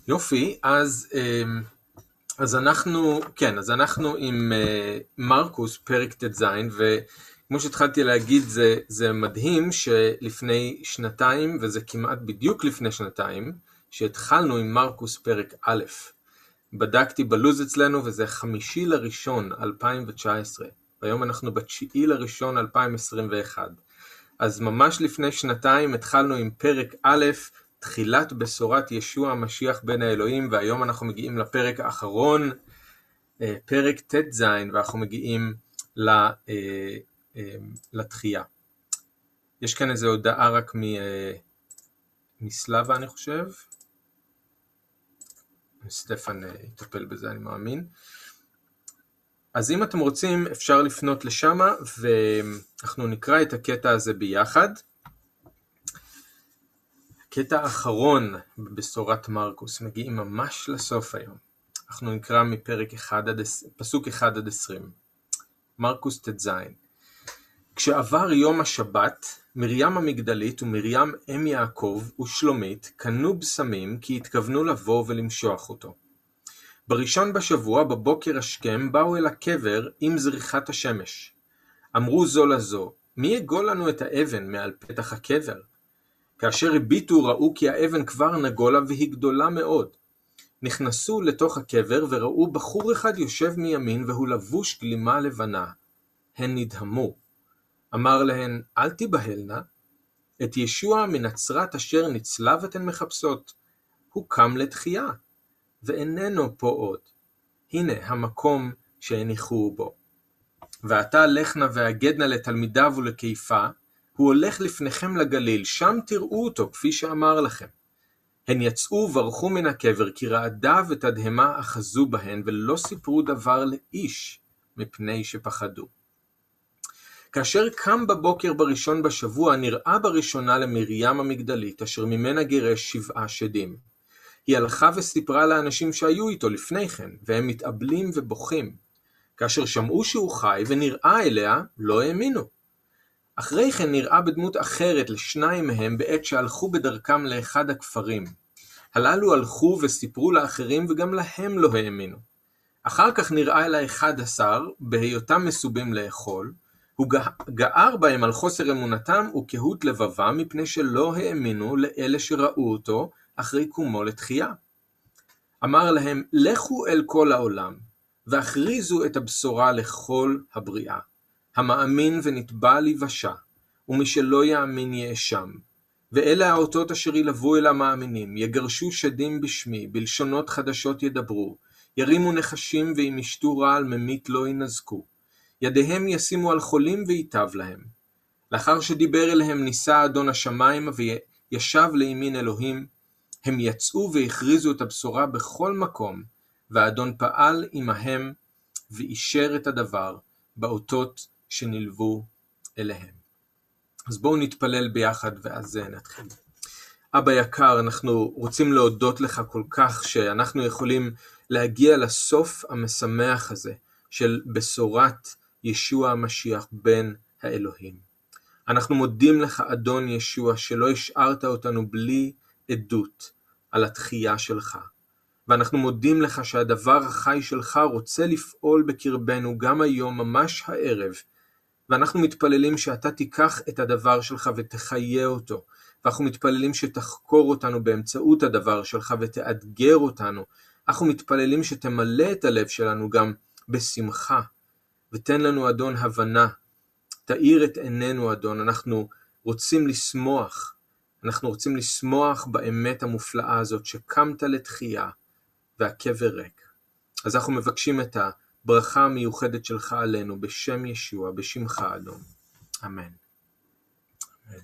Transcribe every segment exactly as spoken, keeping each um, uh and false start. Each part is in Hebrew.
יופי, אז, אז אנחנו, כן, אז אנחנו עם מרקוס, פרק ט"ז, וכמו שהתחלתי להגיד, זה, זה מדהים שלפני שנתיים, וזה כמעט בדיוק לפני שנתיים, שהתחלנו עם מרקוס פרק א'. בדקתי בלוז אצלנו, וזה חמישי לראשון אלפיים תשע עשרה, והיום אנחנו בתשיעי לראשון אלפיים עשרים ואחת. אז ממש לפני שנתיים התחלנו עם פרק א', תחילת בשורת ישוע המשיח בן האלוהים, והיום אנחנו מגיעים לפרק האחרון, פרק ט"ז, ואנחנו מגיעים לתחייה. יש כאן איזו הודעה רק מסלבה, אני חושב. סטפן יטפל בזה, אני מאמין. אז אם אתם רוצים, אפשר לפנות לשם, ואנחנו נקרא את הקטע הזה ביחד. הקטע האחרון בבשורת מרקוס, מגיעים ממש לסוף היום. אנחנו נקרא מפרק אחד עד, פסוק אחד עד עשרים. מרקוס ט"ז. כשעבר יום השבת, מרים המגדלית ומרים אם יעקב ושלומית קנו בשמים כי התכוונו לבוא ולמשוח אותו. בראשון בשבוע בבוקר השכם באו אל הקבר עם זריחת השמש. אמרו זו לזו, מי יגול לנו את האבן מעל פתח הקבר? כאשר הביטו ראו כי האבן כבר נגולה והיא גדולה מאוד. נכנסו לתוך הקבר וראו בחור אחד יושב מימין והוא לבוש גלימה לבנה. הן נדהמו. אמר להן, אל תיבהלנה, את ישוע מנצרת אשר נצלב אתן מחפשות. הוא קם לתחייה, ואיננו פה עוד. הנה המקום שהניחוהו בו. ועתה לכנה והגדנה לתלמידיו ולקיפה, הוא הולך לפניכם לגליל, שם תראו אותו כפי שאמר לכם. הן יצאו וברחו מן הקבר, כי רעדה ותדהמה אחזו בהן, ולא סיפרו דבר לאיש, מפני שפחדו. כאשר קם בבוקר בראשון בשבוע, נראה בראשונה למרים המגדלית, אשר ממנה גירש שבעה שדים. היא הלכה וסיפרה לאנשים שהיו איתו לפני כן, והם מתאבלים ובוכים. כאשר שמעו שהוא חי ונראה אליה, לא האמינו. אחרי כן נראה בדמות אחרת לשניים מהם בעת שהלכו בדרכם לאחד הכפרים. הללו הלכו וסיפרו לאחרים וגם להם לא האמינו. אחר כך נראה אל האחד עשר, בהיותם מסובים לאכול, הוא גער בהם על חוסר אמונתם וקהות לבבם, מפני שלא האמינו לאלה שראו אותו אחרי קומו לתחייה. אמר להם, לכו אל כל העולם, והכריזו את הבשורה לכל הבריאה. המאמין ונתבע ליבשה, ומי שלא יאמין יאשם. ואלה האותות אשר ילוו אל המאמינים, יגרשו שדים בשמי, בלשונות חדשות ידברו, ירימו נחשים ואם ישתו רעל ממית לא ינזקו. ידיהם ישימו על חולים ויטב להם. לאחר שדיבר אליהם ניסה אדון השמיים וישב לימין אלוהים, הם יצאו והכריזו את הבשורה בכל מקום, והאדון פעל עמהם ואישר את הדבר באותות שנלוו אליהם. אז בואו נתפלל ביחד ואז נתחיל. אבא יקר, אנחנו רוצים להודות לך כל כך שאנחנו יכולים להגיע לסוף המשמח הזה של בשורת ישוע המשיח בן האלוהים. אנחנו מודים לך אדון ישוע שלא השארת אותנו בלי עדות על התחייה שלך. ואנחנו מודים לך שהדבר החי שלך רוצה לפעול בקרבנו גם היום ממש הערב. ואנחנו מתפללים שאתה תיקח את הדבר שלך ותחיה אותו. ואנחנו מתפללים שתחקור אותנו באמצעות הדבר שלך ותאתגר אותנו. אנחנו מתפללים שתמלא את הלב שלנו גם בשמחה. ותן לנו אדון הבנה. תאיר את עינינו אדון. אנחנו רוצים לשמוח. אנחנו רוצים לשמוח באמת המופלאה הזאת שקמת לתחייה והקבר ריק. אז אנחנו מבקשים את הברכה המיוחדת שלך עלינו בשם ישוע, בשמך אדון. אמן. אמן.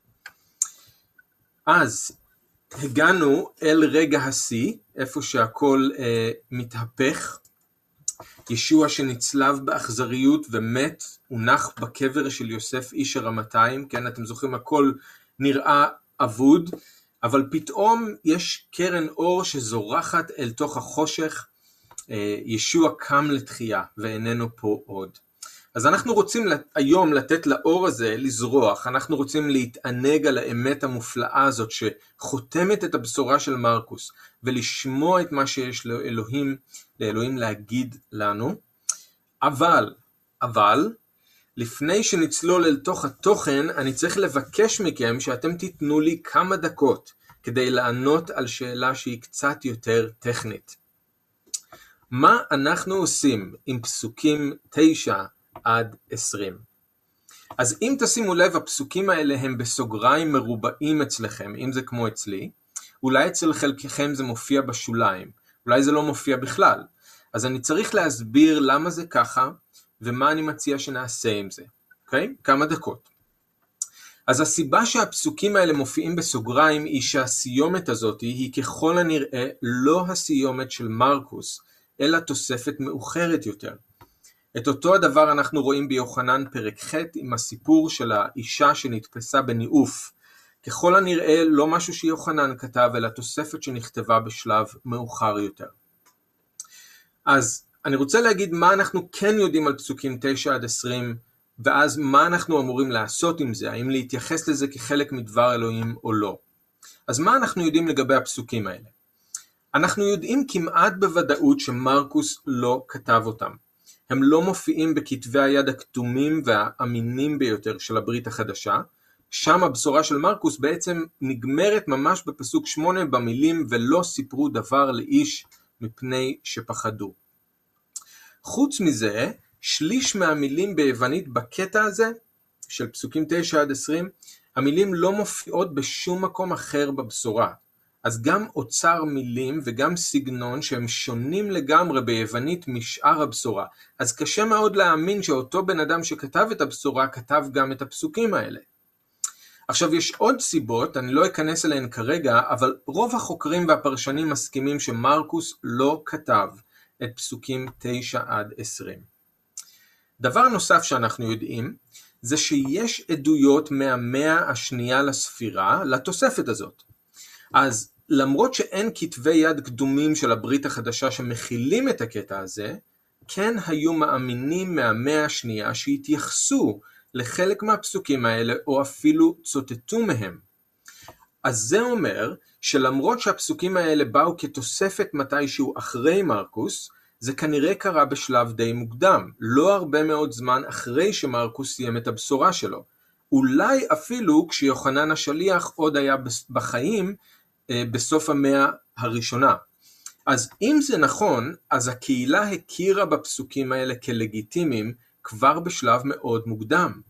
אז הגענו אל רגע השיא, איפה שהכל אה, מתהפך. ישוע שנצלב באכזריות ומת, הונח בקבר של יוסף איש הרמתיים, כן, אתם זוכרים, הכל נראה אבוד, אבל פתאום יש קרן אור שזורחת אל תוך החושך. ישוע קם לתחייה ואיננו פה עוד. אז אנחנו רוצים היום לתת לאור הזה לזרוח, אנחנו רוצים להתענג על האמת המופלאה הזאת שחותמת את הבשורה של מרקוס, ולשמוע את מה שיש לאלוהים, לאלוהים להגיד לנו. אבל, אבל, לפני שנצלול אל תוך התוכן, אני צריך לבקש מכם שאתם תיתנו לי כמה דקות כדי לענות על שאלה שהיא קצת יותר טכנית. מה אנחנו עושים עם פסוקים תשע עד עשרים? אז אם תשימו לב, הפסוקים האלה הם בסוגריים מרובעים אצלכם, אם זה כמו אצלי, אולי אצל חלקכם זה מופיע בשוליים, אולי זה לא מופיע בכלל. אז אני צריך להסביר למה זה ככה, ומה אני מציע שנעשה עם זה. אוקיי? כמה דקות. אז הסיבה שהפסוקים האלה מופיעים בסוגריים היא שהסיומת הזאת היא ככל הנראה לא הסיומת של מרקוס, אלא תוספת מאוחרת יותר. את אותו הדבר אנחנו רואים ביוחנן פרק ח' עם הסיפור של האישה שנתפסה בניאוף. ככל הנראה לא משהו שיוחנן כתב, אלא תוספת שנכתבה בשלב מאוחר יותר. אז אני רוצה להגיד מה אנחנו כן יודעים על פסוקים תשע עד עשרים, ואז מה אנחנו אמורים לעשות עם זה, האם להתייחס לזה כחלק מדבר אלוהים או לא. אז מה אנחנו יודעים לגבי הפסוקים האלה? אנחנו יודעים כמעט בוודאות שמרקוס לא כתב אותם. הם לא מופיעים בכתבי היד הכתומים והאמינים ביותר של הברית החדשה. שם הבשורה של מרקוס בעצם נגמרת ממש בפסוק שמונה במילים ולא סיפרו דבר לאיש מפני שפחדו. חוץ מזה, שליש מהמילים ביוונית בקטע הזה של פסוקים תשע עד עשרים, המילים לא מופיעות בשום מקום אחר בבשורה. אז גם אוצר מילים וגם סגנון שהם שונים לגמרי ביוונית משאר הבשורה. אז קשה מאוד להאמין שאותו בן אדם שכתב את הבשורה כתב גם את הפסוקים האלה. עכשיו יש עוד סיבות, אני לא אכנס אליהן כרגע, אבל רוב החוקרים והפרשנים מסכימים שמרקוס לא כתב את פסוקים תשע עד עשרים. דבר נוסף שאנחנו יודעים, זה שיש עדויות מהמאה השנייה לספירה לתוספת הזאת. אז למרות שאין כתבי יד קדומים של הברית החדשה שמכילים את הקטע הזה, כן היו מאמינים מהמאה השנייה שהתייחסו לחלק מהפסוקים האלה או אפילו צוטטו מהם. אז זה אומר שלמרות שהפסוקים האלה באו כתוספת מתישהו אחרי מרקוס, זה כנראה קרה בשלב די מוקדם, לא הרבה מאוד זמן אחרי שמרקוס סיים את הבשורה שלו. אולי אפילו כשיוחנן השליח עוד היה בחיים בסוף המאה הראשונה. אז אם זה נכון, אז הקהילה הכירה בפסוקים האלה כלגיטימיים כבר בשלב מאוד מוקדם.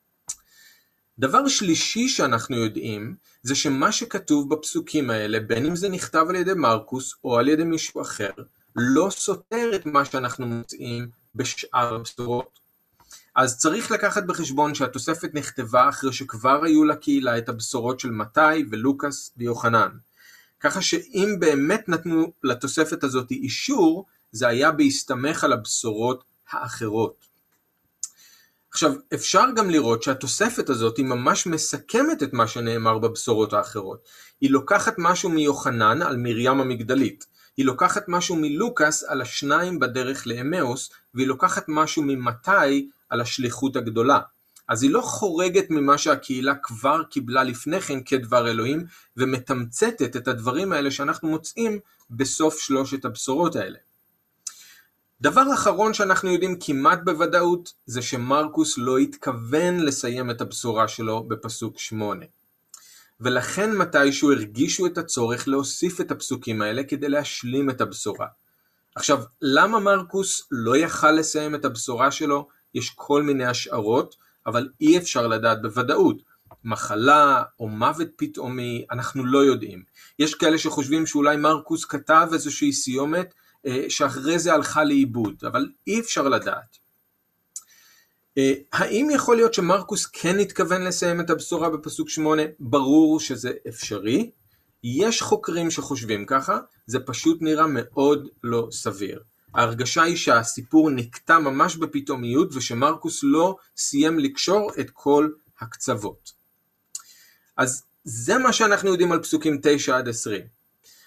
דבר שלישי שאנחנו יודעים, זה שמה שכתוב בפסוקים האלה, בין אם זה נכתב על ידי מרקוס או על ידי מישהו אחר, לא סותר את מה שאנחנו מוצאים בשאר הבשורות. אז צריך לקחת בחשבון שהתוספת נכתבה אחרי שכבר היו לקהילה את הבשורות של מתי ולוקאס ויוחנן. ככה שאם באמת נתנו לתוספת הזאת אישור, זה היה בהסתמך על הבשורות האחרות. עכשיו, אפשר גם לראות שהתוספת הזאת היא ממש מסכמת את מה שנאמר בבשורות האחרות. היא לוקחת משהו מיוחנן על מרים המגדלית. היא לוקחת משהו מלוקאס על השניים בדרך לאמאוס, והיא לוקחת משהו ממתי על השליחות הגדולה. אז היא לא חורגת ממה שהקהילה כבר קיבלה לפני כן כדבר אלוהים, ומתמצתת את הדברים האלה שאנחנו מוצאים בסוף שלושת הבשורות האלה. דבר אחרון שאנחנו יודעים כמעט בוודאות, זה שמרקוס לא התכוון לסיים את הבשורה שלו בפסוק שמונה. ולכן מתישהו הרגישו את הצורך להוסיף את הפסוקים האלה כדי להשלים את הבשורה. עכשיו, למה מרקוס לא יכל לסיים את הבשורה שלו? יש כל מיני השערות, אבל אי אפשר לדעת בוודאות. מחלה או מוות פתאומי, אנחנו לא יודעים. יש כאלה שחושבים שאולי מרקוס כתב איזושהי סיומת, שאחרי זה הלכה לאיבוד, אבל אי אפשר לדעת. האם יכול להיות שמרקוס כן התכוון לסיים את הבשורה בפסוק שמונה? ברור שזה אפשרי. יש חוקרים שחושבים ככה, זה פשוט נראה מאוד לא סביר. ההרגשה היא שהסיפור נקטע ממש בפתאומיות, ושמרקוס לא סיים לקשור את כל הקצוות. אז זה מה שאנחנו יודעים על פסוקים תשע עד עשרים.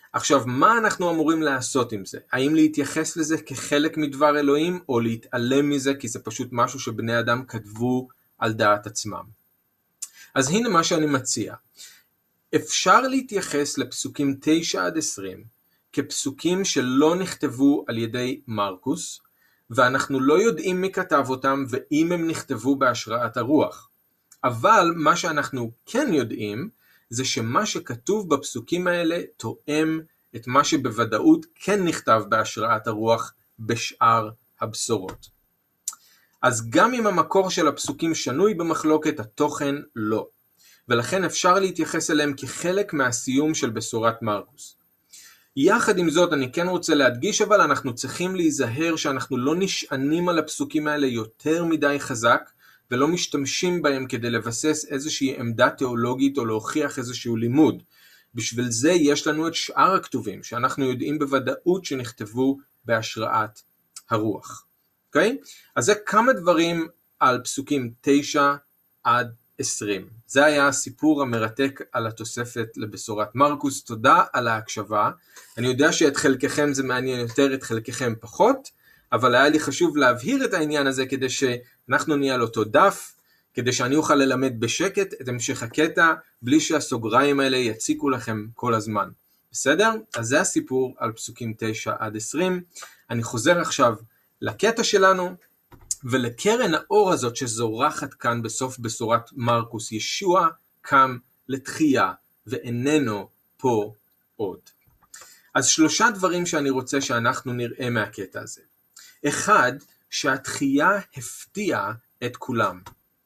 עכשיו, מה אנחנו אמורים לעשות עם זה? האם להתייחס לזה כחלק מדבר אלוהים, או להתעלם מזה כי זה פשוט משהו שבני אדם כתבו על דעת עצמם? אז הנה מה שאני מציע. אפשר להתייחס לפסוקים תשע עד עשרים כפסוקים שלא נכתבו על ידי מרקוס, ואנחנו לא יודעים מי כתב אותם ואם הם נכתבו בהשראת הרוח. אבל מה שאנחנו כן יודעים זה שמה שכתוב בפסוקים האלה תואם את מה שבוודאות כן נכתב בהשראת הרוח בשאר הבשורות. אז גם אם המקור של הפסוקים שנוי במחלוקת, התוכן לא. ולכן אפשר להתייחס אליהם כחלק מהסיום של בשורת מרקוס. יחד עם זאת, אני כן רוצה להדגיש, אבל אנחנו צריכים להיזהר שאנחנו לא נשענים על הפסוקים האלה יותר מדי חזק, ולא משתמשים בהם כדי לבסס איזושהי עמדה תיאולוגית או להוכיח איזשהו לימוד. בשביל זה יש לנו את שאר הכתובים, שאנחנו יודעים בוודאות שנכתבו בהשראת הרוח. אוקיי? אז זה כמה דברים על פסוקים תשע עד עשרים. זה היה הסיפור המרתק על התוספת לבשורת מרקוס. תודה על ההקשבה. אני יודע שאת חלקכם זה מעניין יותר, את חלקכם פחות, אבל היה לי חשוב להבהיר את העניין הזה כדי שאנחנו נהיה על אותו דף, כדי שאני אוכל ללמד בשקט את המשך הקטע, בלי שהסוגריים האלה יציקו לכם כל הזמן. בסדר? אז זה הסיפור על פסוקים תשע עד עשרים. אני חוזר עכשיו לקטע שלנו, ולקרן האור הזאת שזורחת כאן בסוף בשורת מרקוס. ישוע קם לתחייה ואיננו פה עוד. אז שלושה דברים שאני רוצה שאנחנו נראה מהקטע הזה. אחד, שהתחייה הפתיעה את כולם.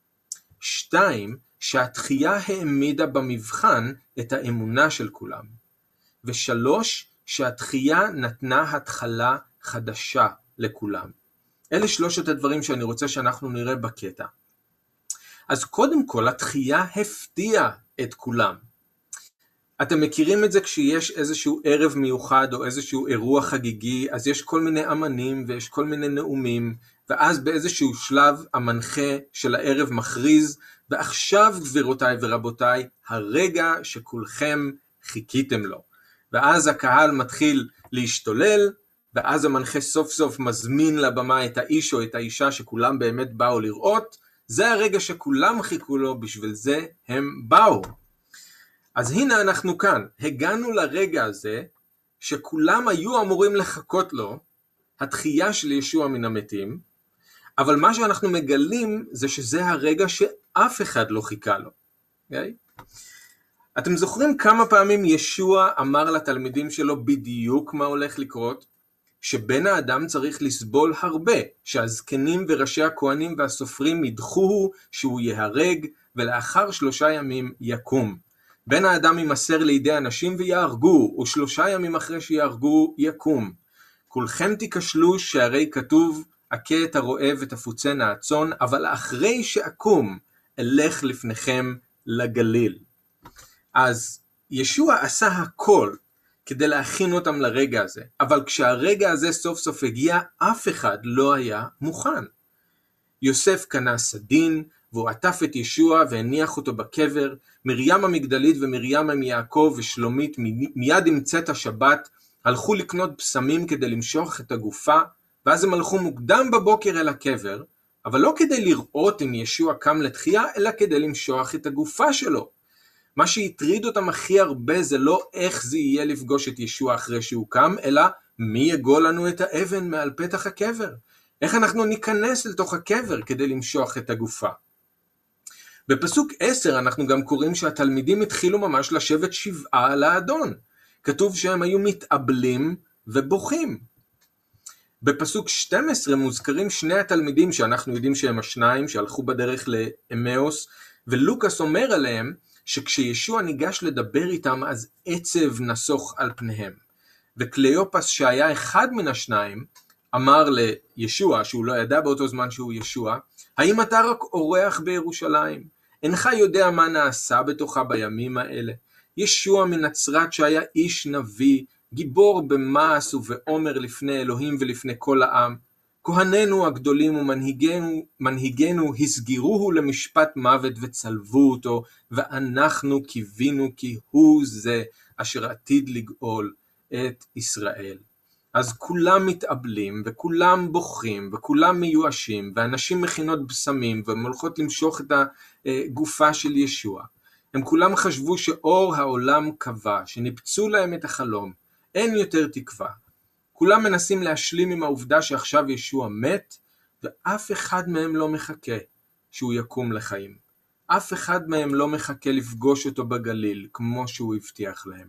שתיים, שהתחייה העמידה במבחן את האמונה של כולם. ושלוש, שהתחייה נתנה התחלה חדשה לכולם. אלה שלושת הדברים שאני רוצה שאנחנו נראה בקטע. אז קודם כל, התחייה הפתיעה את כולם. אתם מכירים את זה כשיש איזשהו ערב מיוחד או איזשהו אירוע חגיגי, אז יש כל מיני אמנים ויש כל מיני נאומים, ואז באיזשהו שלב המנחה של הערב מכריז, ועכשיו גבירותיי ורבותיי, הרגע שכולכם חיכיתם לו. ואז הקהל מתחיל להשתולל, ואז המנחה סוף סוף מזמין לבמה את האיש או את האישה שכולם באמת באו לראות. זה הרגע שכולם חיכו לו, בשביל זה הם באו. אז הנה אנחנו כאן, הגענו לרגע הזה שכולם היו אמורים לחכות לו, התחייה של ישוע מן המתים, אבל מה שאנחנו מגלים זה שזה הרגע שאף אחד לא חיכה לו. Okay? אתם זוכרים כמה פעמים ישוע אמר לתלמידים שלו בדיוק מה הולך לקרות? שבן האדם צריך לסבול הרבה, שהזקנים וראשי הכהנים והסופרים ידחוהו שהוא יהרג, ולאחר שלושה ימים יקום. בן האדם יימסר לידי אנשים ויהרגו, ושלושה ימים אחרי שיהרגו יקום. כולכם תיכשלו שהרי כתוב, הכה את הרועה ותפוצנה הצאן, אבל אחרי שאקום, אלך לפניכם לגליל. אז ישוע עשה הכל כדי להכין אותם לרגע הזה, אבל כשהרגע הזה סוף סוף הגיע, אף אחד לא היה מוכן. יוסף קנה סדין, והוא עטף את ישוע והניח אותו בקבר. מרים המגדלית ומרים עם יעקב ושלומית מיד עם צאת השבת הלכו לקנות פסמים כדי למשוך את הגופה, ואז הם הלכו מוקדם בבוקר אל הקבר, אבל לא כדי לראות אם ישוע קם לתחייה, אלא כדי למשוך את הגופה שלו. מה שהטריד אותם הכי הרבה זה לא איך זה יהיה לפגוש את ישוע אחרי שהוא קם, אלא מי יגול לנו את האבן מעל פתח הקבר. איך אנחנו ניכנס לתוך הקבר כדי למשוך את הגופה. בפסוק עשר אנחנו גם קוראים שהתלמידים התחילו ממש לשבת שבעה על האדון. כתוב שהם היו מתאבלים ובוכים. בפסוק שתים עשרה מוזכרים שני התלמידים שאנחנו יודעים שהם השניים שהלכו בדרך לאמאוס, ולוקאס אומר עליהם שכשישוע ניגש לדבר איתם אז עצב נסוך על פניהם. וקליופס שהיה אחד מן השניים אמר לישוע, שהוא לא ידע באותו זמן שהוא ישוע, האם אתה רק אורח בירושלים? אינך יודע מה נעשה בתוכה בימים האלה? ישוע מנצרת שהיה איש נביא, גיבור במעש ובעומר לפני אלוהים ולפני כל העם. כהנינו הגדולים ומנהיגנו מנהיגנו הסגירוהו למשפט מוות וצלבו אותו, ואנחנו קיווינו כי הוא זה אשר עתיד לגאול את ישראל. אז כולם מתאבלים וכולם בוכים וכולם מיואשים, ואנשים מכינות בשמים והם הולכות למשוך את הגופה של ישוע. הם כולם חשבו שאור העולם קבע, שניפצו להם את החלום, אין יותר תקווה. כולם מנסים להשלים עם העובדה שעכשיו ישוע מת, ואף אחד מהם לא מחכה שהוא יקום לחיים. אף אחד מהם לא מחכה לפגוש אותו בגליל, כמו שהוא הבטיח להם.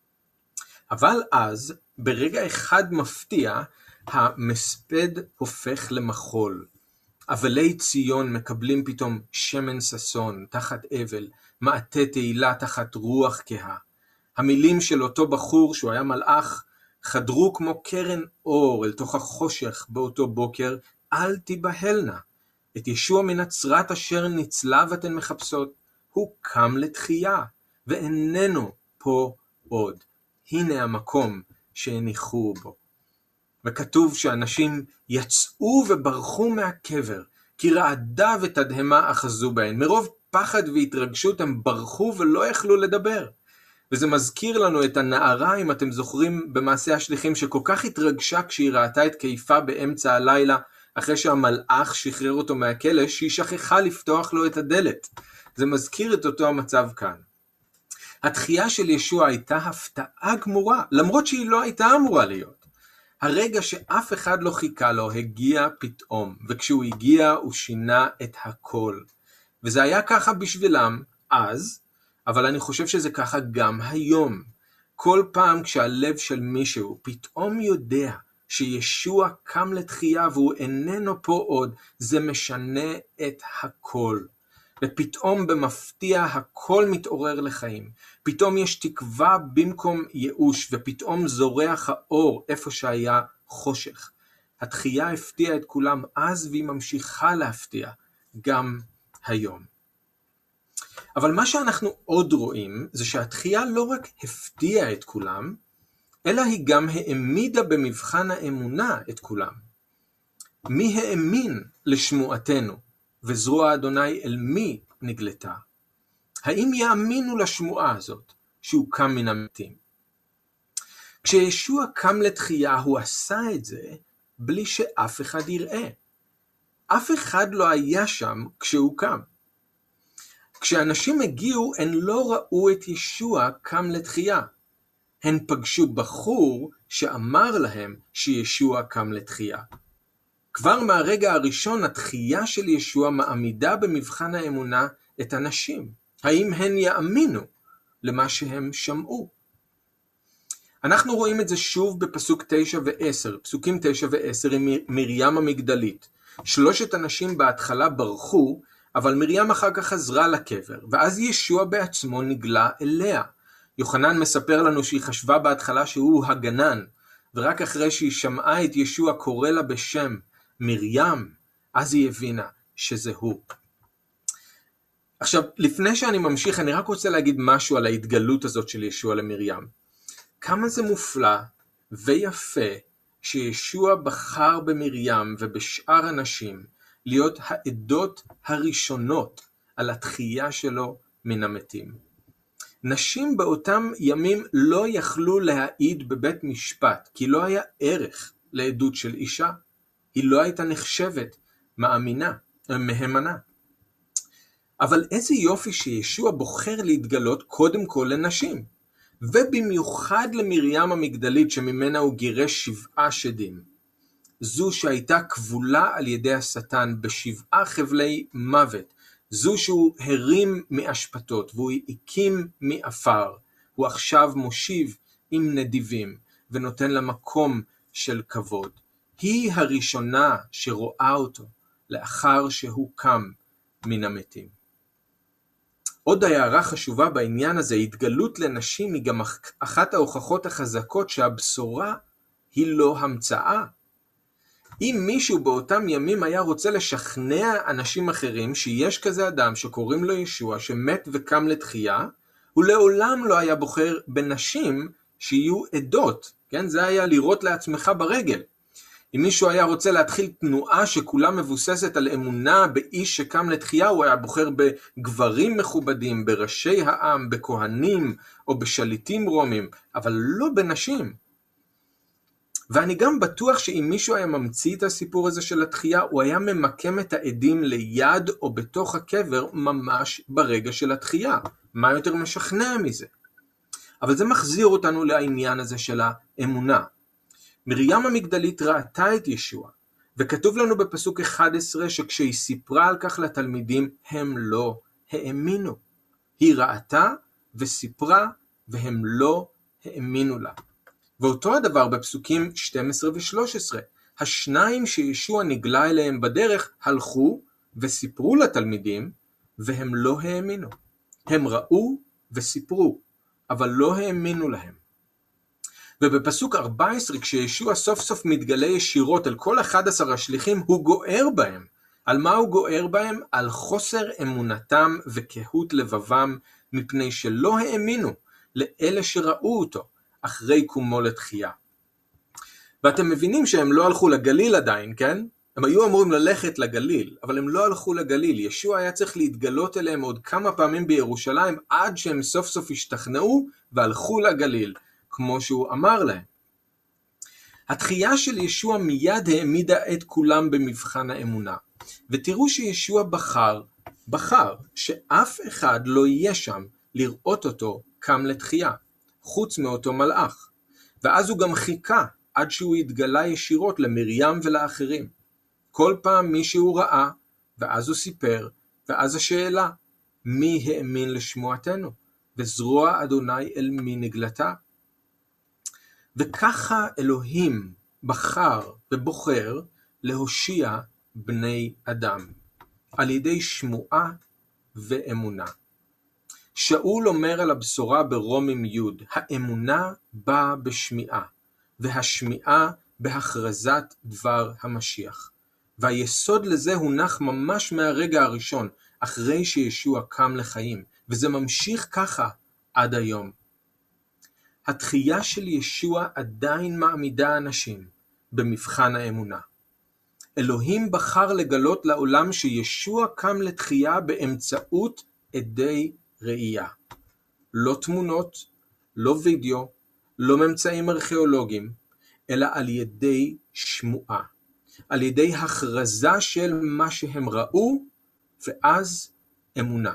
אבל אז, ברגע אחד מפתיע, המספד הופך למחול. אבלי ציון מקבלים פתאום שמן ששון תחת אבל, מעטה תהילה תחת רוח כהה. המילים של אותו בחור שהוא היה מלאך, חדרו כמו קרן אור אל תוך החושך באותו בוקר, אל תיבהלנה. את ישוע מנצרת אשר נצלב אתן מחפשות, הוא קם לתחייה, ואיננו פה עוד. הנה המקום שהניחו בו. וכתוב שאנשים יצאו וברחו מהקבר, כי רעדה ותדהמה אחזו בהן. מרוב פחד והתרגשות הם ברחו ולא יכלו לדבר. וזה מזכיר לנו את הנערה, אם אתם זוכרים, במעשה השליחים, שכל כך התרגשה כשהיא ראתה את קיפה באמצע הלילה, אחרי שהמלאך שחרר אותו מהכלא, שהיא שכחה לפתוח לו את הדלת. זה מזכיר את אותו המצב כאן. התחייה של ישוע הייתה הפתעה גמורה, למרות שהיא לא הייתה אמורה להיות. הרגע שאף אחד לא חיכה לו הגיע פתאום, וכשהוא הגיע הוא שינה את הכל. וזה היה ככה בשבילם אז, אבל אני חושב שזה ככה גם היום. כל פעם כשהלב של מישהו פתאום יודע שישוע קם לתחייה והוא איננו פה עוד, זה משנה את הכל. ופתאום במפתיע הכל מתעורר לחיים. פתאום יש תקווה במקום ייאוש, ופתאום זורח האור איפה שהיה חושך. התחייה הפתיעה את כולם אז, והיא ממשיכה להפתיע גם היום. אבל מה שאנחנו עוד רואים, זה שהתחייה לא רק הפתיעה את כולם, אלא היא גם העמידה במבחן האמונה את כולם. מי האמין לשמועתנו, וזרוע אדוני אל מי נגלתה? האם יאמינו לשמועה הזאת שהוא קם מן המתים? כשישוע קם לתחייה הוא עשה את זה בלי שאף אחד יראה. אף אחד לא היה שם כשהוא קם. כשאנשים הגיעו הן לא ראו את ישוע קם לתחייה. הן פגשו בחור שאמר להם שישוע קם לתחייה. כבר מהרגע הראשון התחייה של ישוע מעמידה במבחן האמונה את הנשים. האם הן יאמינו למה שהם שמעו? אנחנו רואים את זה שוב בפסוק תשע ועשר, פסוקים תשע ועשר עם מרים המגדלית. שלושת אנשים בהתחלה ברחו, אבל מרים אחר כך חזרה לקבר, ואז ישוע בעצמו נגלה אליה. יוחנן מספר לנו שהיא חשבה בהתחלה שהוא הגנן, ורק אחרי שהיא שמעה את ישוע קורא לה בשם מרים, אז היא הבינה שזה הוא. עכשיו, לפני שאני ממשיך, אני רק רוצה להגיד משהו על ההתגלות הזאת של ישוע למרים. כמה זה מופלא ויפה שישוע בחר במרים ובשאר אנשים להיות העדות הראשונות על התחייה שלו מן המתים. נשים באותם ימים לא יכלו להעיד בבית משפט, כי לא היה ערך לעדות של אישה. היא לא הייתה נחשבת מאמינה, מהימנה. אבל איזה יופי שישוע בוחר להתגלות קודם כל לנשים, ובמיוחד למרים המגדלית שממנה הוא גירש שבעה שדים. זו שהייתה כבולה על ידי השטן בשבעה חבלי מוות, זו שהוא הרים מאשפתות והוא הקים מאפר, הוא עכשיו מושיב עם נדיבים ונותן לה מקום של כבוד. היא הראשונה שרואה אותו לאחר שהוא קם מן המתים. עוד הערה חשובה בעניין הזה, התגלות לנשים היא גם אחת ההוכחות החזקות שהבשורה היא לא המצאה. אם מישהו באותם ימים היה רוצה לשכנע אנשים אחרים שיש כזה אדם שקוראים לו ישוע שמת וקם לתחייה, הוא לעולם לא היה בוחר בנשים שיהיו עדות, כן? זה היה לראות לעצמך ברגל. אם מישהו היה רוצה להתחיל תנועה שכולה מבוססת על אמונה באיש שקם לתחייה, הוא היה בוחר בגברים מכובדים, בראשי העם, בכהנים או בשליטים רומים, אבל לא בנשים. ואני גם בטוח שאם מישהו היה ממציא את הסיפור הזה של התחייה, הוא היה ממקם את העדים ליד או בתוך הקבר ממש ברגע של התחייה. מה יותר משכנע מזה? אבל זה מחזיר אותנו לעניין הזה של האמונה. מרים המגדלית ראתה את ישוע, וכתוב לנו בפסוק אחד עשר שכשהיא סיפרה על כך לתלמידים, הם לא האמינו. היא ראתה וסיפרה והם לא האמינו לה. ואותו הדבר בפסוקים שתים עשרה ו-שלוש עשרה. השניים שישוע נגלה אליהם בדרך הלכו וסיפרו לתלמידים והם לא האמינו. הם ראו וסיפרו, אבל לא האמינו להם. ובפסוק ארבע עשרה כשישוע סוף סוף מתגלה ישירות אל כל אחד עשר השליחים, הוא גוער בהם. על מה הוא גוער בהם? על חוסר אמונתם וקהות לבבם, מפני שלא האמינו לאלה שראו אותו אחרי קומו לתחייה. ואתם מבינים שהם לא הלכו לגליל עדיין, כן? הם היו אמורים ללכת לגליל, אבל הם לא הלכו לגליל. ישוע היה צריך להתגלות אליהם עוד כמה פעמים בירושלים, עד שהם סוף סוף השתכנעו והלכו לגליל, כמו שהוא אמר להם. התחייה של ישוע מיד העמידה את כולם במבחן האמונה. ותראו שישוע בחר, בחר שאף אחד לא יהיה שם לראות אותו קם לתחייה, חוץ מאותו מלאך. ואז הוא גם חיכה עד שהוא התגלה ישירות למרים ולאחרים. כל פעם מישהו ראה, ואז הוא סיפר, ואז השאלה, מי האמין לשמועתנו? וזרוע אדוני אל מי נגלתה? וככה אלוהים בחר ובוחר להושיע בני אדם, על ידי שמועה ואמונה. שאול אומר על הבשורה ברומים י', האמונה באה בשמיעה, והשמיעה בהכרזת דבר המשיח. והיסוד לזה הונח ממש מהרגע הראשון, אחרי שישוע קם לחיים, וזה ממשיך ככה עד היום. התחייה של ישוע עדיין מעמידה אנשים במבחן האמונה. אלוהים בחר לגלות לעולם שישוע קם לתחייה באמצעות עדי ראייה. לא תמונות, לא וידאו, לא ממצאים ארכיאולוגיים, אלא על ידי שמועה. על ידי הכרזה של מה שהם ראו, ואז אמונה.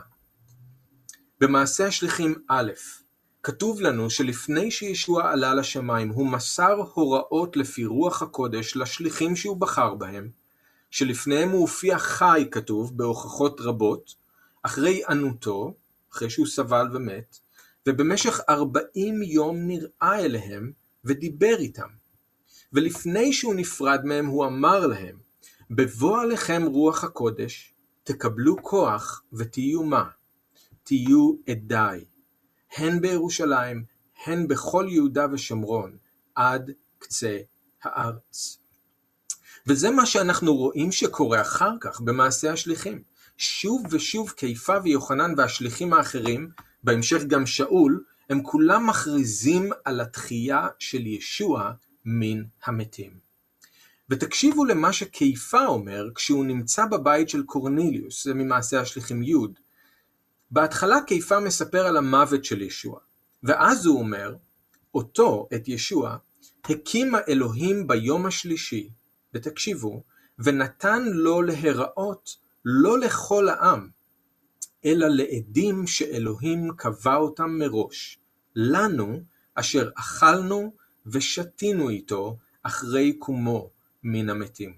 במעשה השליחים א', כתוב לנו שלפני שישוע עלה לשמיים, הוא מסר הוראות לפי רוח הקודש לשליחים שהוא בחר בהם, שלפניהם הוא הופיע חי, כתוב, בהוכחות רבות, אחרי ענותו, אחרי שהוא סבל ומת, ובמשך ארבעים יום נראה אליהם ודיבר איתם. ולפני שהוא נפרד מהם הוא אמר להם, בבוא עליכם רוח הקודש, תקבלו כוח ותהיו מה? תהיו עדיי, הן בירושלים, הן בכל יהודה ושומרון, עד קצה הארץ. וזה מה שאנחנו רואים שקורה אחר כך במעשה השליחים. שוב ושוב קיפה ויוחנן והשליחים האחרים, בהמשך גם שאול, הם כולם מכריזים על התחייה של ישוע מן המתים. ותקשיבו למה שקיפה אומר כשהוא נמצא בבית של קורניליוס, זה ממעשה השליחים י'. בהתחלה קיפה מספר על המוות של ישוע, ואז הוא אומר, אותו, את ישוע, הקים האלוהים ביום השלישי, ותקשיבו, ונתן לו להיראות לא לכל העם, אלא לעדים שאלוהים קבע אותם מראש, לנו אשר אכלנו ושתינו איתו אחרי קומו מן המתים.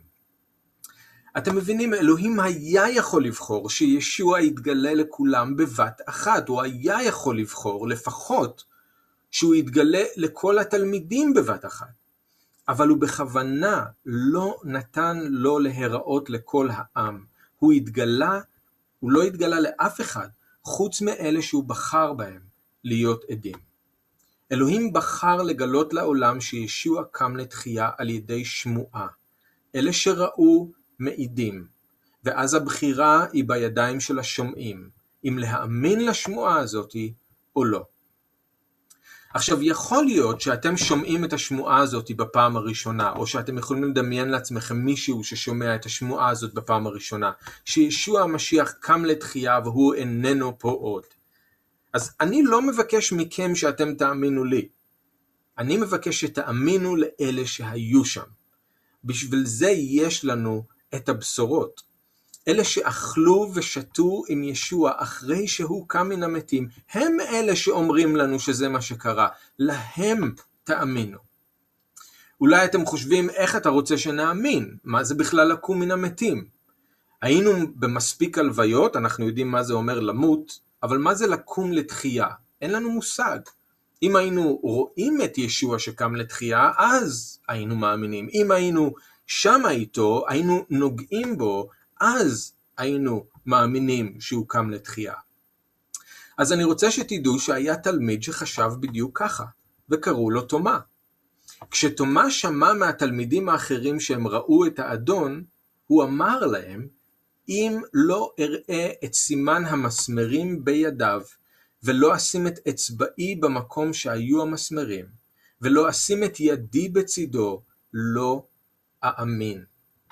אתם מבינים, אלוהים היה יכול לבחור שישוע יתגלה לכולם בבת אחת, הוא היה יכול לבחור לפחות שהוא יתגלה לכל התלמידים בבת אחת, אבל הוא בכוונה לא נתן לו להיראות לכל העם, הוא התגלה, הוא לא התגלה לאף אחד, חוץ מאלה שהוא בחר בהם להיות עדים. אלוהים בחר לגלות לעולם שישוע קם לתחייה על ידי שמועה. אלה שראו מעידים, ואז הבחירה היא בידיים של השומעים, אם להאמין לשמועה הזאת או לא. עכשיו, יכול להיות שאתם שומעים את השמועה הזאת בפעם הראשונה, או שאתם יכולים לדמיין לעצמכם מישהו ששומע את השמועה הזאת בפעם הראשונה, שישוע המשיח קם לתחייה והוא איננו פה עוד. אז אני לא מבקש מכם שאתם תאמינו לי. אני מבקש שתאמינו לאלה שהיו שם. בשביל זה יש לנו את הבשורות. אלה שאכלו ושתו עם ישוע אחרי שהוא קם מן המתים, הם אלה שאומרים לנו שזה מה שקרה. להם תאמינו. אולי אתם חושבים איך אתה רוצה שנאמין? מה זה בכלל לקום מן המתים? היינו במספיק הלוויות, אנחנו יודעים מה זה אומר למות, אבל מה זה לקום לתחייה? אין לנו מושג. אם היינו רואים את ישוע שקם לתחייה, אז היינו מאמינים. אם היינו שם איתו, היינו נוגעים בו, אז היינו מאמינים שהוא קם לתחייה. אז אני רוצה שתדעו שהיה תלמיד שחשב בדיוק ככה, וקראו לו תומה. כשתומה שמע מהתלמידים האחרים שהם ראו את האדון, הוא אמר להם, אם לא אראה את סימן המסמרים בידיו, ולא אשים את אצבעי במקום שהיו המסמרים, ולא אשים את ידי בצידו, לא אאמין.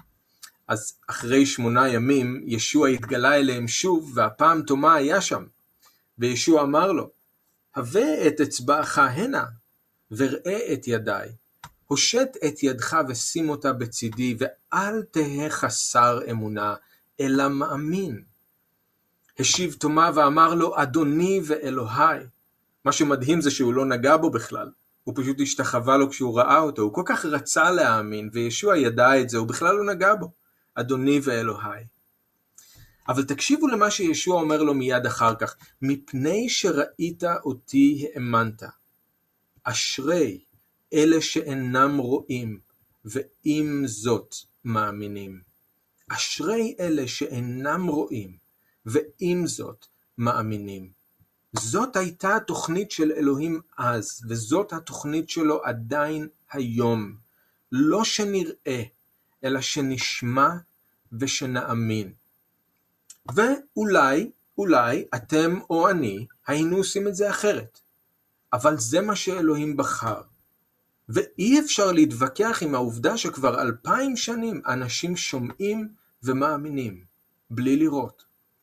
אז אחרי שמונה ימים, ישוע התגלה אליהם שוב, והפעם תומה היה שם. וישוע אמר לו, הבא את אצבעך הנה, וראה את ידיי. הושט את ידך ושים אותה בצידי, ואל תהה חסר אמונה, אלא מאמין. השיב תומה ואמר לו, אדוני ואלוהי. מה שמדהים זה שהוא לא נגע בו בכלל. הוא פשוט השתחווה לו כשהוא ראה אותו. הוא כל כך רצה להאמין, וישוע ידע את זה, הוא בכלל לא נגע בו. אדוני ואלוהי. אבל תקשיבו למה שישוע אומר לו מיד אחר כך. מפני שראית אותי האמנת. אשרי אלה שאינם רואים, ועם זאת מאמינים. אשרי אלה שאינם רואים, ועם זאת מאמינים. זאת הייתה התוכנית של אלוהים אז, וזאת התוכנית שלו עדיין היום. לא שנראה, אלא שנשמע ושנאמין. ואולי, אולי אתם או אני היינו עושים את זה אחרת. אבל זה מה שאלוהים בחר. ואי אפשר להתווכח עם העובדה שכבר אלפיים שנים אנשים שומעים ומאמינים, בלי לראות.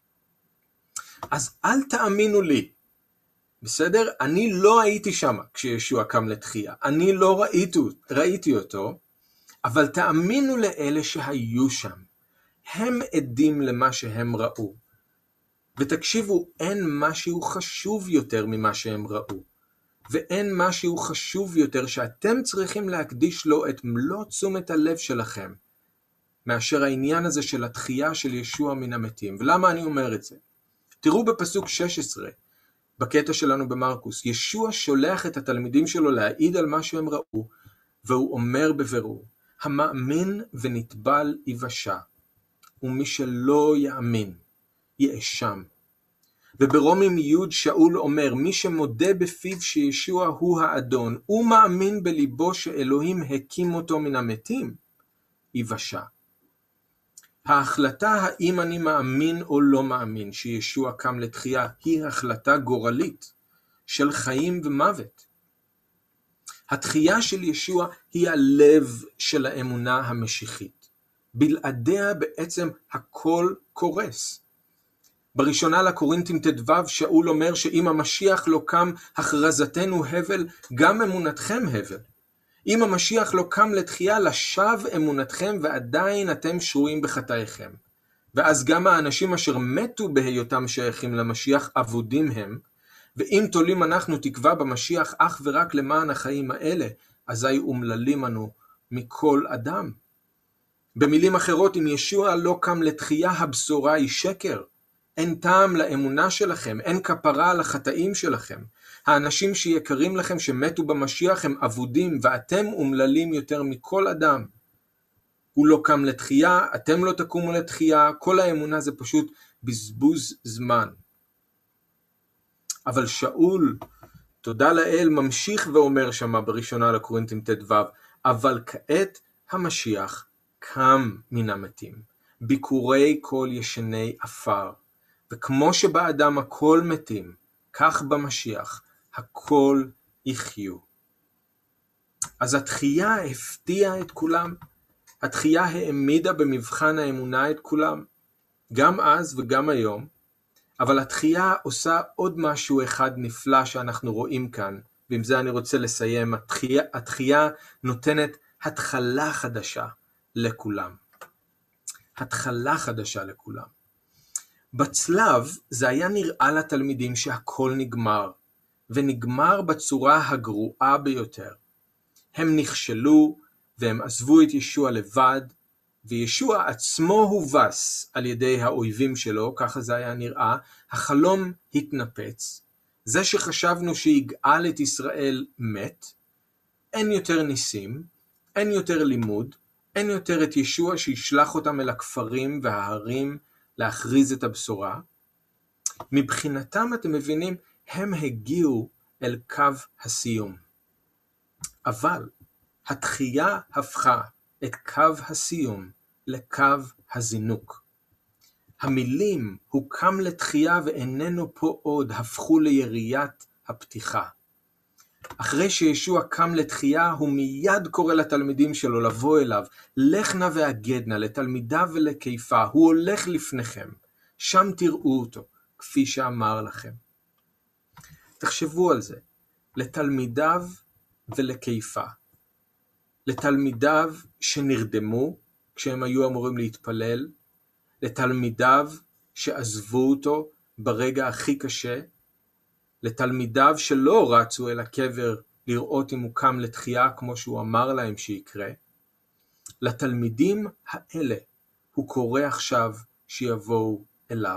אז אל תאמינו לי. בסדר? אני לא הייתי שם כשישוע קם לתחייה. אני לא ראיתי, ראיתי אותו, אבל תאמינו לאלה שהיו שם. הם עדים למה שהם ראו. ותקשיבו, אין משהו חשוב יותר ממה שהם ראו. ואין משהו חשוב יותר שאתם צריכים להקדיש לו את מלוא תשומת הלב שלכם, מאשר העניין הזה של התחייה של ישוע מן המתים. ולמה אני אומר את זה? תראו בפסוק שש עשרה, בקטע שלנו במרקוס, ישוע שולח את התלמידים שלו להעיד על מה שהם ראו, והוא אומר בבירור, המאמין ונטבל יבשע, ומי שלא יאמין, יאשם. וברומים י' שאול אומר, מי שמודה בפיו שישוע הוא האדון, הוא מאמין בליבו שאלוהים הקים אותו מן המתים, יבשע. ההחלטה האם אני מאמין או לא מאמין שישוע קם לתחייה, היא החלטה גורלית של חיים ומוות. התחייה של ישוע היא הלב של האמונה המשיחית. בלעדיה בעצם הכל קורס. בראשונה לקורינתים ט"ו שאול אומר שאם המשיח לא קם הכרזתנו הבל, גם אמונתכם הבל. אם המשיח לא קם לתחייה, לשווא אמונתכם ועדיין אתם שרויים בחטאיכם. ואז גם האנשים אשר מתו בהיותם שייכים למשיח אבודים הם, ואם תולים אנחנו תקווה במשיח אך ורק למען החיים האלה, אזי אומללים אנו מכל אדם. במילים אחרות, אם ישוע לא קם לתחייה, הבשורה היא שקר. אין טעם לאמונה שלכם, אין כפרה על החטאים שלכם. האנשים שיקרים לכם שמתו במשיח הם אבודים, ואתם אומללים יותר מכל אדם. הוא לא קם לתחייה, אתם לא תקומו לתחייה, כל האמונה זה פשוט בזבוז זמן. אבל שאול, תודה לאל, ממשיך ואומר שמה בראשונה לקורינתים ט"ו, אבל כעת המשיח קם מן המתים, ביקורי כל ישני אפר. וכמו שבאדם הכל מתים, כך במשיח הכל יחיו. אז התחייה הפתיעה את כולם, התחייה העמידה במבחן האמונה את כולם, גם אז וגם היום, אבל התחייה עושה עוד משהו אחד נפלא שאנחנו רואים כאן, ועם זה אני רוצה לסיים, התחייה, התחייה נותנת התחלה חדשה לכולם. התחלה חדשה לכולם. בצלב זה היה נראה לתלמידים שהכל נגמר, ונגמר בצורה הגרועה ביותר. הם נכשלו והם עזבו את ישוע לבד, וישוע עצמו הובס על ידי האויבים שלו, ככה זה היה נראה, החלום התנפץ, זה שחשבנו שיגאל את ישראל מת, אין יותר ניסים, אין יותר לימוד, אין יותר את ישוע שישלח אותם אל הכפרים וההרים להכריז את הבשורה. מבחינתם אתם מבינים, הם הגיעו אל קו הסיום. אבל התחייה הפכה את קו הסיום לקו הזינוק. המילים הוא קם לתחייה ואיננו פה עוד הפכו ליריית הפתיחה. אחרי שישוע קם לתחייה הוא מיד קורא לתלמידים שלו לבוא אליו, לך נא והגדנה לתלמידיו ולקיפה, הוא הולך לפניכם, שם תראו אותו, כפי שאמר לכם. תחשבו על זה, לתלמידיו ולקיפה, לתלמידיו שנרדמו כשהם היו אמורים להתפלל, לתלמידיו שעזבו אותו ברגע הכי קשה, לתלמידיו שלא רצו אל הקבר לראות אם הוא קם לתחייה כמו שהוא אמר להם שיקרה, לתלמידים האלה הוא קורא עכשיו שיבואו אליו.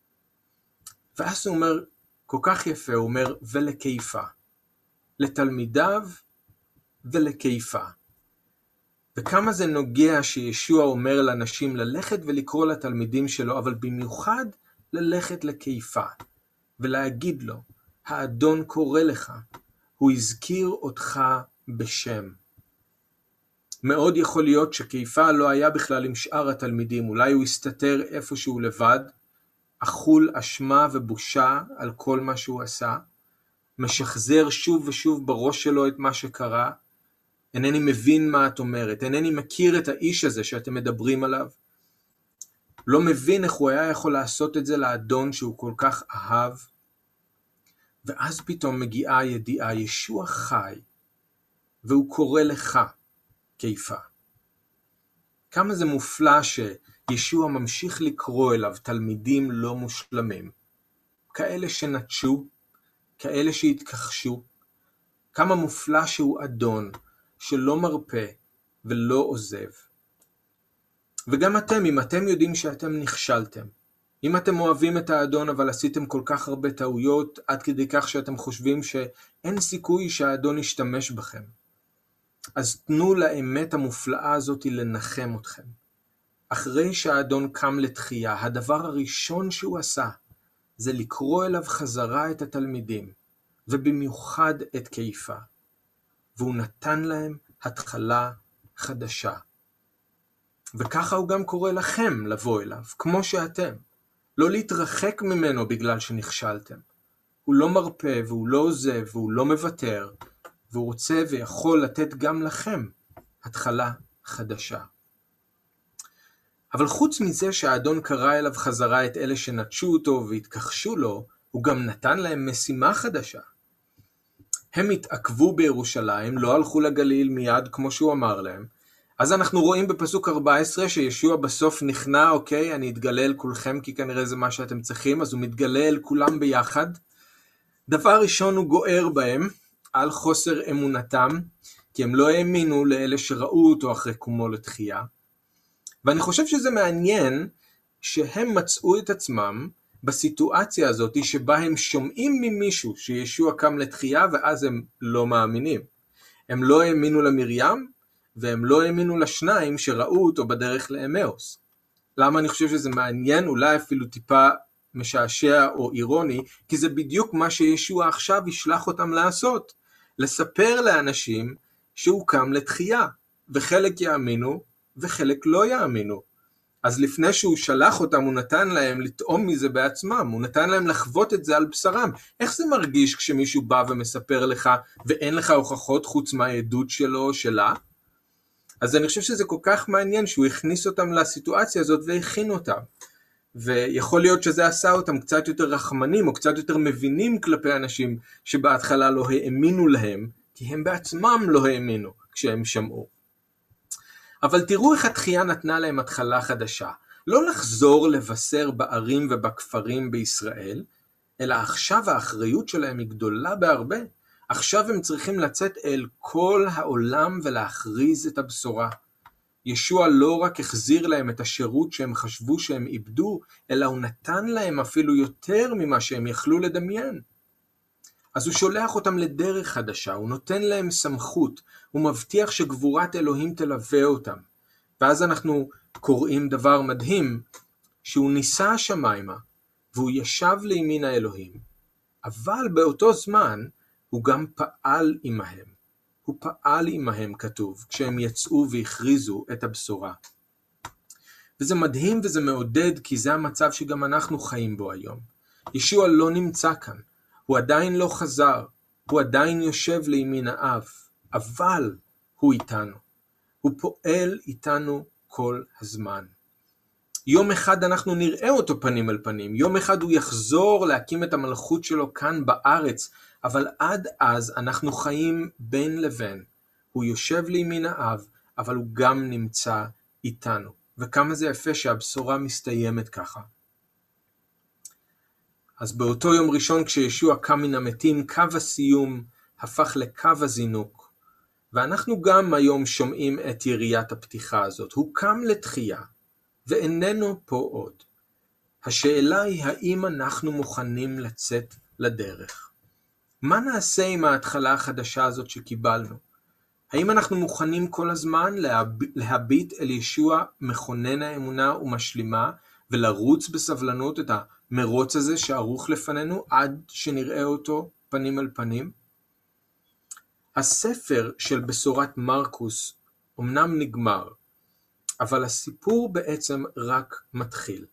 ואז הוא אומר, כל כך יפה, הוא אומר, ולקיפה, לתלמידיו ולקיפה. וכמה זה נוגע שישוע אומר לאנשים ללכת ולקרוא לתלמידים שלו, אבל במיוחד ללכת לקיפה, ולהגיד לו, האדון קורא לך, הוא הזכיר אותך בשם. מאוד יכול להיות שקיפה לא היה בכלל עם שאר התלמידים, אולי הוא הסתתר איפשהו לבד, אכול אשמה ובושה על כל מה שהוא עשה, משחזר שוב ושוב בראש שלו את מה שקרה, אינני מבין מה את אומרת, אינני מכיר את האיש הזה שאתם מדברים עליו, לא מבין איך הוא היה יכול לעשות את זה לאדון שהוא כל כך אהב, ואז פתאום מגיעה ידיעה, ישוע חי, והוא קורא לך, קיפה. כמה זה מופלא שישוע ממשיך לקרוא אליו תלמידים לא מושלמים, כאלה שנטשו, כאלה שהתכחשו, כמה מופלא שהוא אדון, שלא מרפא ולא עוזב. וגם אתם, אם אתם יודעים שאתם נכשלתם, אם אתם אוהבים את האדון אבל עשיתם כל כך הרבה טעויות, עד כדי כך שאתם חושבים שאין סיכוי שהאדון ישתמש בכם, אז תנו לאמת המופלאה הזאת לנחם אתכם. אחרי שהאדון קם לתחייה, הדבר הראשון שהוא עשה, זה לקרוא אליו חזרה את התלמידים, ובמיוחד את קיפה. והוא נתן להם התחלה חדשה. וככה הוא גם קורא לכם לבוא אליו, כמו שאתם. לא להתרחק ממנו בגלל שנכשלתם. הוא לא מרפא והוא לא עוזב והוא לא מוותר, והוא רוצה ויכול לתת גם לכם התחלה חדשה. אבל חוץ מזה שהאדון קרא אליו חזרה את אלה שנטשו אותו והתכחשו לו, הוא גם נתן להם משימה חדשה. הם התעכבו בירושלים, לא הלכו לגליל מיד כמו שהוא אמר להם. אז אנחנו רואים בפסוק ארבע עשרה שישוע בסוף נכנע, אוקיי, אני אתגלה אל כולכם כי כנראה זה מה שאתם צריכים, אז הוא מתגלה אל כולם ביחד. דבר ראשון הוא גוער בהם על חוסר אמונתם, כי הם לא האמינו לאלה שראו אותו אחרי קומו לתחייה. ואני חושב שזה מעניין שהם מצאו את עצמם בסיטואציה הזאת שבה הם שומעים ממישהו שישוע קם לתחייה ואז הם לא מאמינים. הם לא האמינו למרים והם לא האמינו לשניים שראו אותו בדרך לאמאוס. למה אני חושב שזה מעניין? אולי אפילו טיפה משעשע או אירוני, כי זה בדיוק מה שישוע עכשיו ישלח אותם לעשות. לספר לאנשים שהוא קם לתחייה, וחלק יאמינו וחלק לא יאמינו. אז לפני שהוא שלח אותם, הוא נתן להם לטעום מזה בעצמם, הוא נתן להם לחוות את זה על בשרם. איך זה מרגיש כשמישהו בא ומספר לך, ואין לך הוכחות חוץ מהעדות שלו או שלה? אז אני חושב שזה כל כך מעניין שהוא הכניס אותם לסיטואציה הזאת והכין אותם. ויכול להיות שזה עשה אותם קצת יותר רחמנים, או קצת יותר מבינים כלפי אנשים שבהתחלה לא האמינו להם, כי הם בעצמם לא האמינו כשהם שמעו. אבל תראו איך התחייה נתנה להם התחלה חדשה. לא לחזור לבשר בערים ובכפרים בישראל, אלא עכשיו האחריות שלהם היא גדולה בהרבה. עכשיו הם צריכים לצאת אל כל העולם ולהכריז את הבשורה. ישוע לא רק החזיר להם את השירות שהם חשבו שהם איבדו, אלא הוא נתן להם אפילו יותר ממה שהם יכלו לדמיין. אז הוא שולח אותם לדרך חדשה, הוא נותן להם סמכות, הוא מבטיח שגבורת אלוהים תלווה אותם. ואז אנחנו קוראים דבר מדהים, שהוא ניסה השמיימה, והוא ישב לימין האלוהים, אבל באותו זמן הוא גם פעל עמהם. הוא פעל עמהם כתוב, כשהם יצאו והכריזו את הבשורה. וזה מדהים וזה מעודד, כי זה המצב שגם אנחנו חיים בו היום. ישוע לא נמצא כאן, הוא עדיין לא חזר, הוא עדיין יושב לימין האב, אבל הוא איתנו. הוא פועל איתנו כל הזמן. יום אחד אנחנו נראה אותו פנים אל פנים, יום אחד הוא יחזור להקים את המלכות שלו כאן בארץ, אבל עד אז אנחנו חיים בין לבין. הוא יושב לימין האב, אבל הוא גם נמצא איתנו. וכמה זה יפה שהבשורה מסתיימת ככה. אז באותו יום ראשון כשישוע קם מן המתים, קו הסיום הפך לקו הזינוק. ואנחנו גם היום שומעים את יריית הפתיחה הזאת. הוא קם לתחייה, ואיננו פה עוד. השאלה היא האם אנחנו מוכנים לצאת לדרך. מה נעשה עם ההתחלה החדשה הזאת שקיבלנו? האם אנחנו מוכנים כל הזמן להביט אל ישוע מכונן האמונה ומשלימה, ולרוץ בסבלנות את המרוץ הזה שערוך לפנינו עד שנראה אותו פנים אל פנים? הספר של בשורת מרקוס אמנם נגמר, אבל הסיפור בעצם רק מתחיל.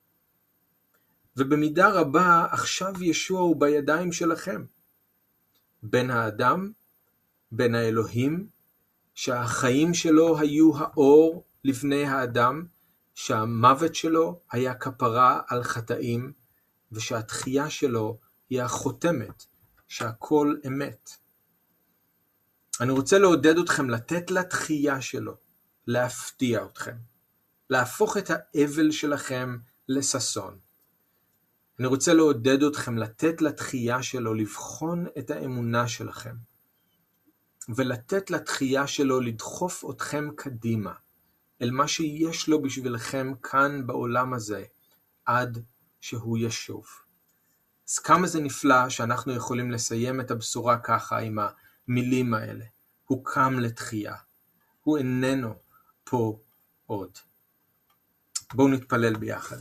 ובמידה רבה עכשיו ישוע הוא בידיים שלכם. בין האדם, בין האלוהים, שהחיים שלו היו האור לבני האדם, שהמוות שלו היה כפרה על חטאים, ושהתחייה שלו היא החותמת, שהכל אמת. אני רוצה לעודד אתכם לתת לתחייה שלו, להפתיע אתכם, להפוך את האבל שלכם לששון. אני רוצה לעודד אתכם לתת לתחייה שלו לבחון את האמונה שלכם, ולתת לתחייה שלו לדחוף אתכם קדימה, אל מה שיש לו בשבילכם כאן בעולם הזה, עד שהוא ישוב. אז כמה זה נפלא שאנחנו יכולים לסיים את הבשורה ככה עם המילים האלה. הוא קם לתחייה, הוא איננו פה עוד. בואו נתפלל ביחד.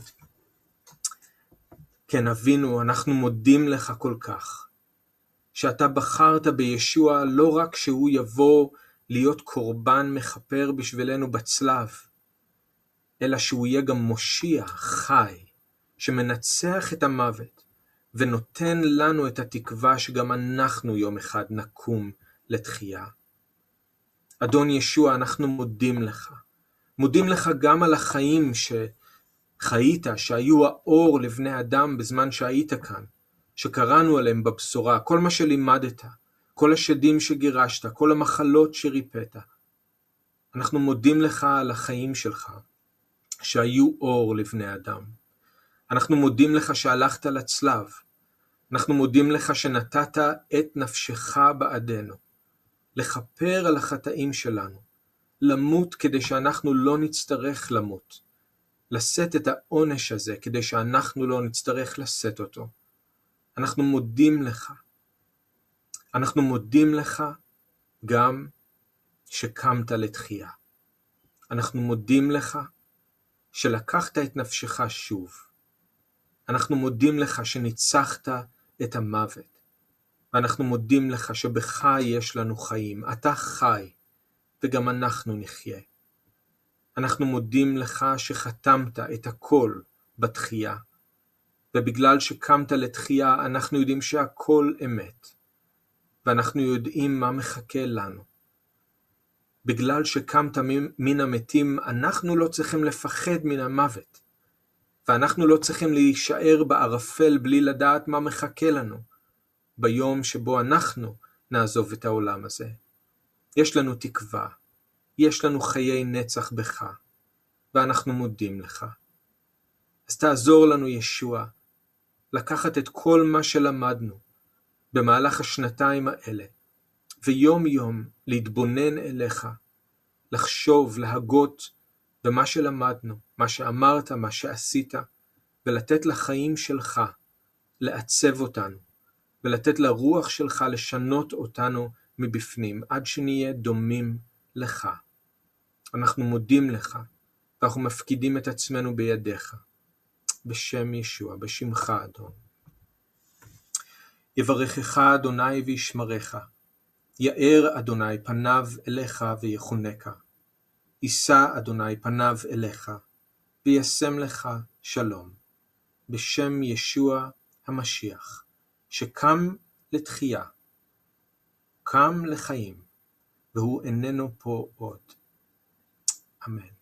כן, אבינו, אנחנו מודים לך כל כך, שאתה בחרת בישוע לא רק שהוא יבוא להיות קורבן מחפר בשבילנו בצלב, אלא שהוא יהיה גם מושיע חי, שמנצח את המוות, ונותן לנו את התקווה שגם אנחנו יום אחד נקום לתחייה. אדון ישוע, אנחנו מודים לך. מודים לך גם על החיים שחיית, שהיו האור לבני אדם בזמן שהיית כאן, שקראנו עליהם בבשורה, כל מה שלימדת, כל השדים שגירשת, כל המחלות שריפאת. אנחנו מודים לך על החיים שלך, שהיו אור לבני אדם. אנחנו מודים לך שהלכת לצלב. אנחנו מודים לך שנתת את נפשך בעדנו, לכפר על החטאים שלנו, למות כדי שאנחנו לא נצטרך למות, לשאת את העונש הזה כדי שאנחנו לא נצטרך לשאת אותו. אנחנו מודים לך. אנחנו מודים לך גם שקמת לתחייה. אנחנו מודים לך שלקחת את נפשך שוב. אנחנו מודים לך שניצחת את המוות. ואנחנו מודים לך שבך יש לנו חיים. אתה חי, וגם אנחנו נחיה. אנחנו מודים לך שחתמת את הכל בתחייה. ובגלל שקמת לתחייה, אנחנו יודעים שהכל אמת. ואנחנו יודעים מה מחכה לנו. בגלל שקמת מן המתים, אנחנו לא צריכים לפחד מן המוות. ואנחנו לא צריכים להישאר בערפל בלי לדעת מה מחכה לנו ביום שבו אנחנו נעזוב את העולם הזה. יש לנו תקווה, יש לנו חיי נצח בך, ואנחנו מודים לך. אז תעזור לנו ישוע לקחת את כל מה שלמדנו במהלך השנתיים האלה, ויום יום להתבונן אליך, לחשוב, להגות במה שלמדנו, מה שאמרת, מה שעשית, ולתת לחיים שלך לעצב אותנו, ולתת לרוח שלך לשנות אותנו מבפנים, עד שנהיה דומים לך. אנחנו מודים לך, ואנחנו מפקידים את עצמנו בידיך. בשם ישוע, בשמך אדון. יברכך אדוני וישמרך, יאר אדוני פניו אליך ויחונקה. יישא אדוני פניו אליך, וישם לך שלום. בשם ישוע המשיח, שקם לתחייה, קם לחיים, והוא איננו פה עוד. אמן.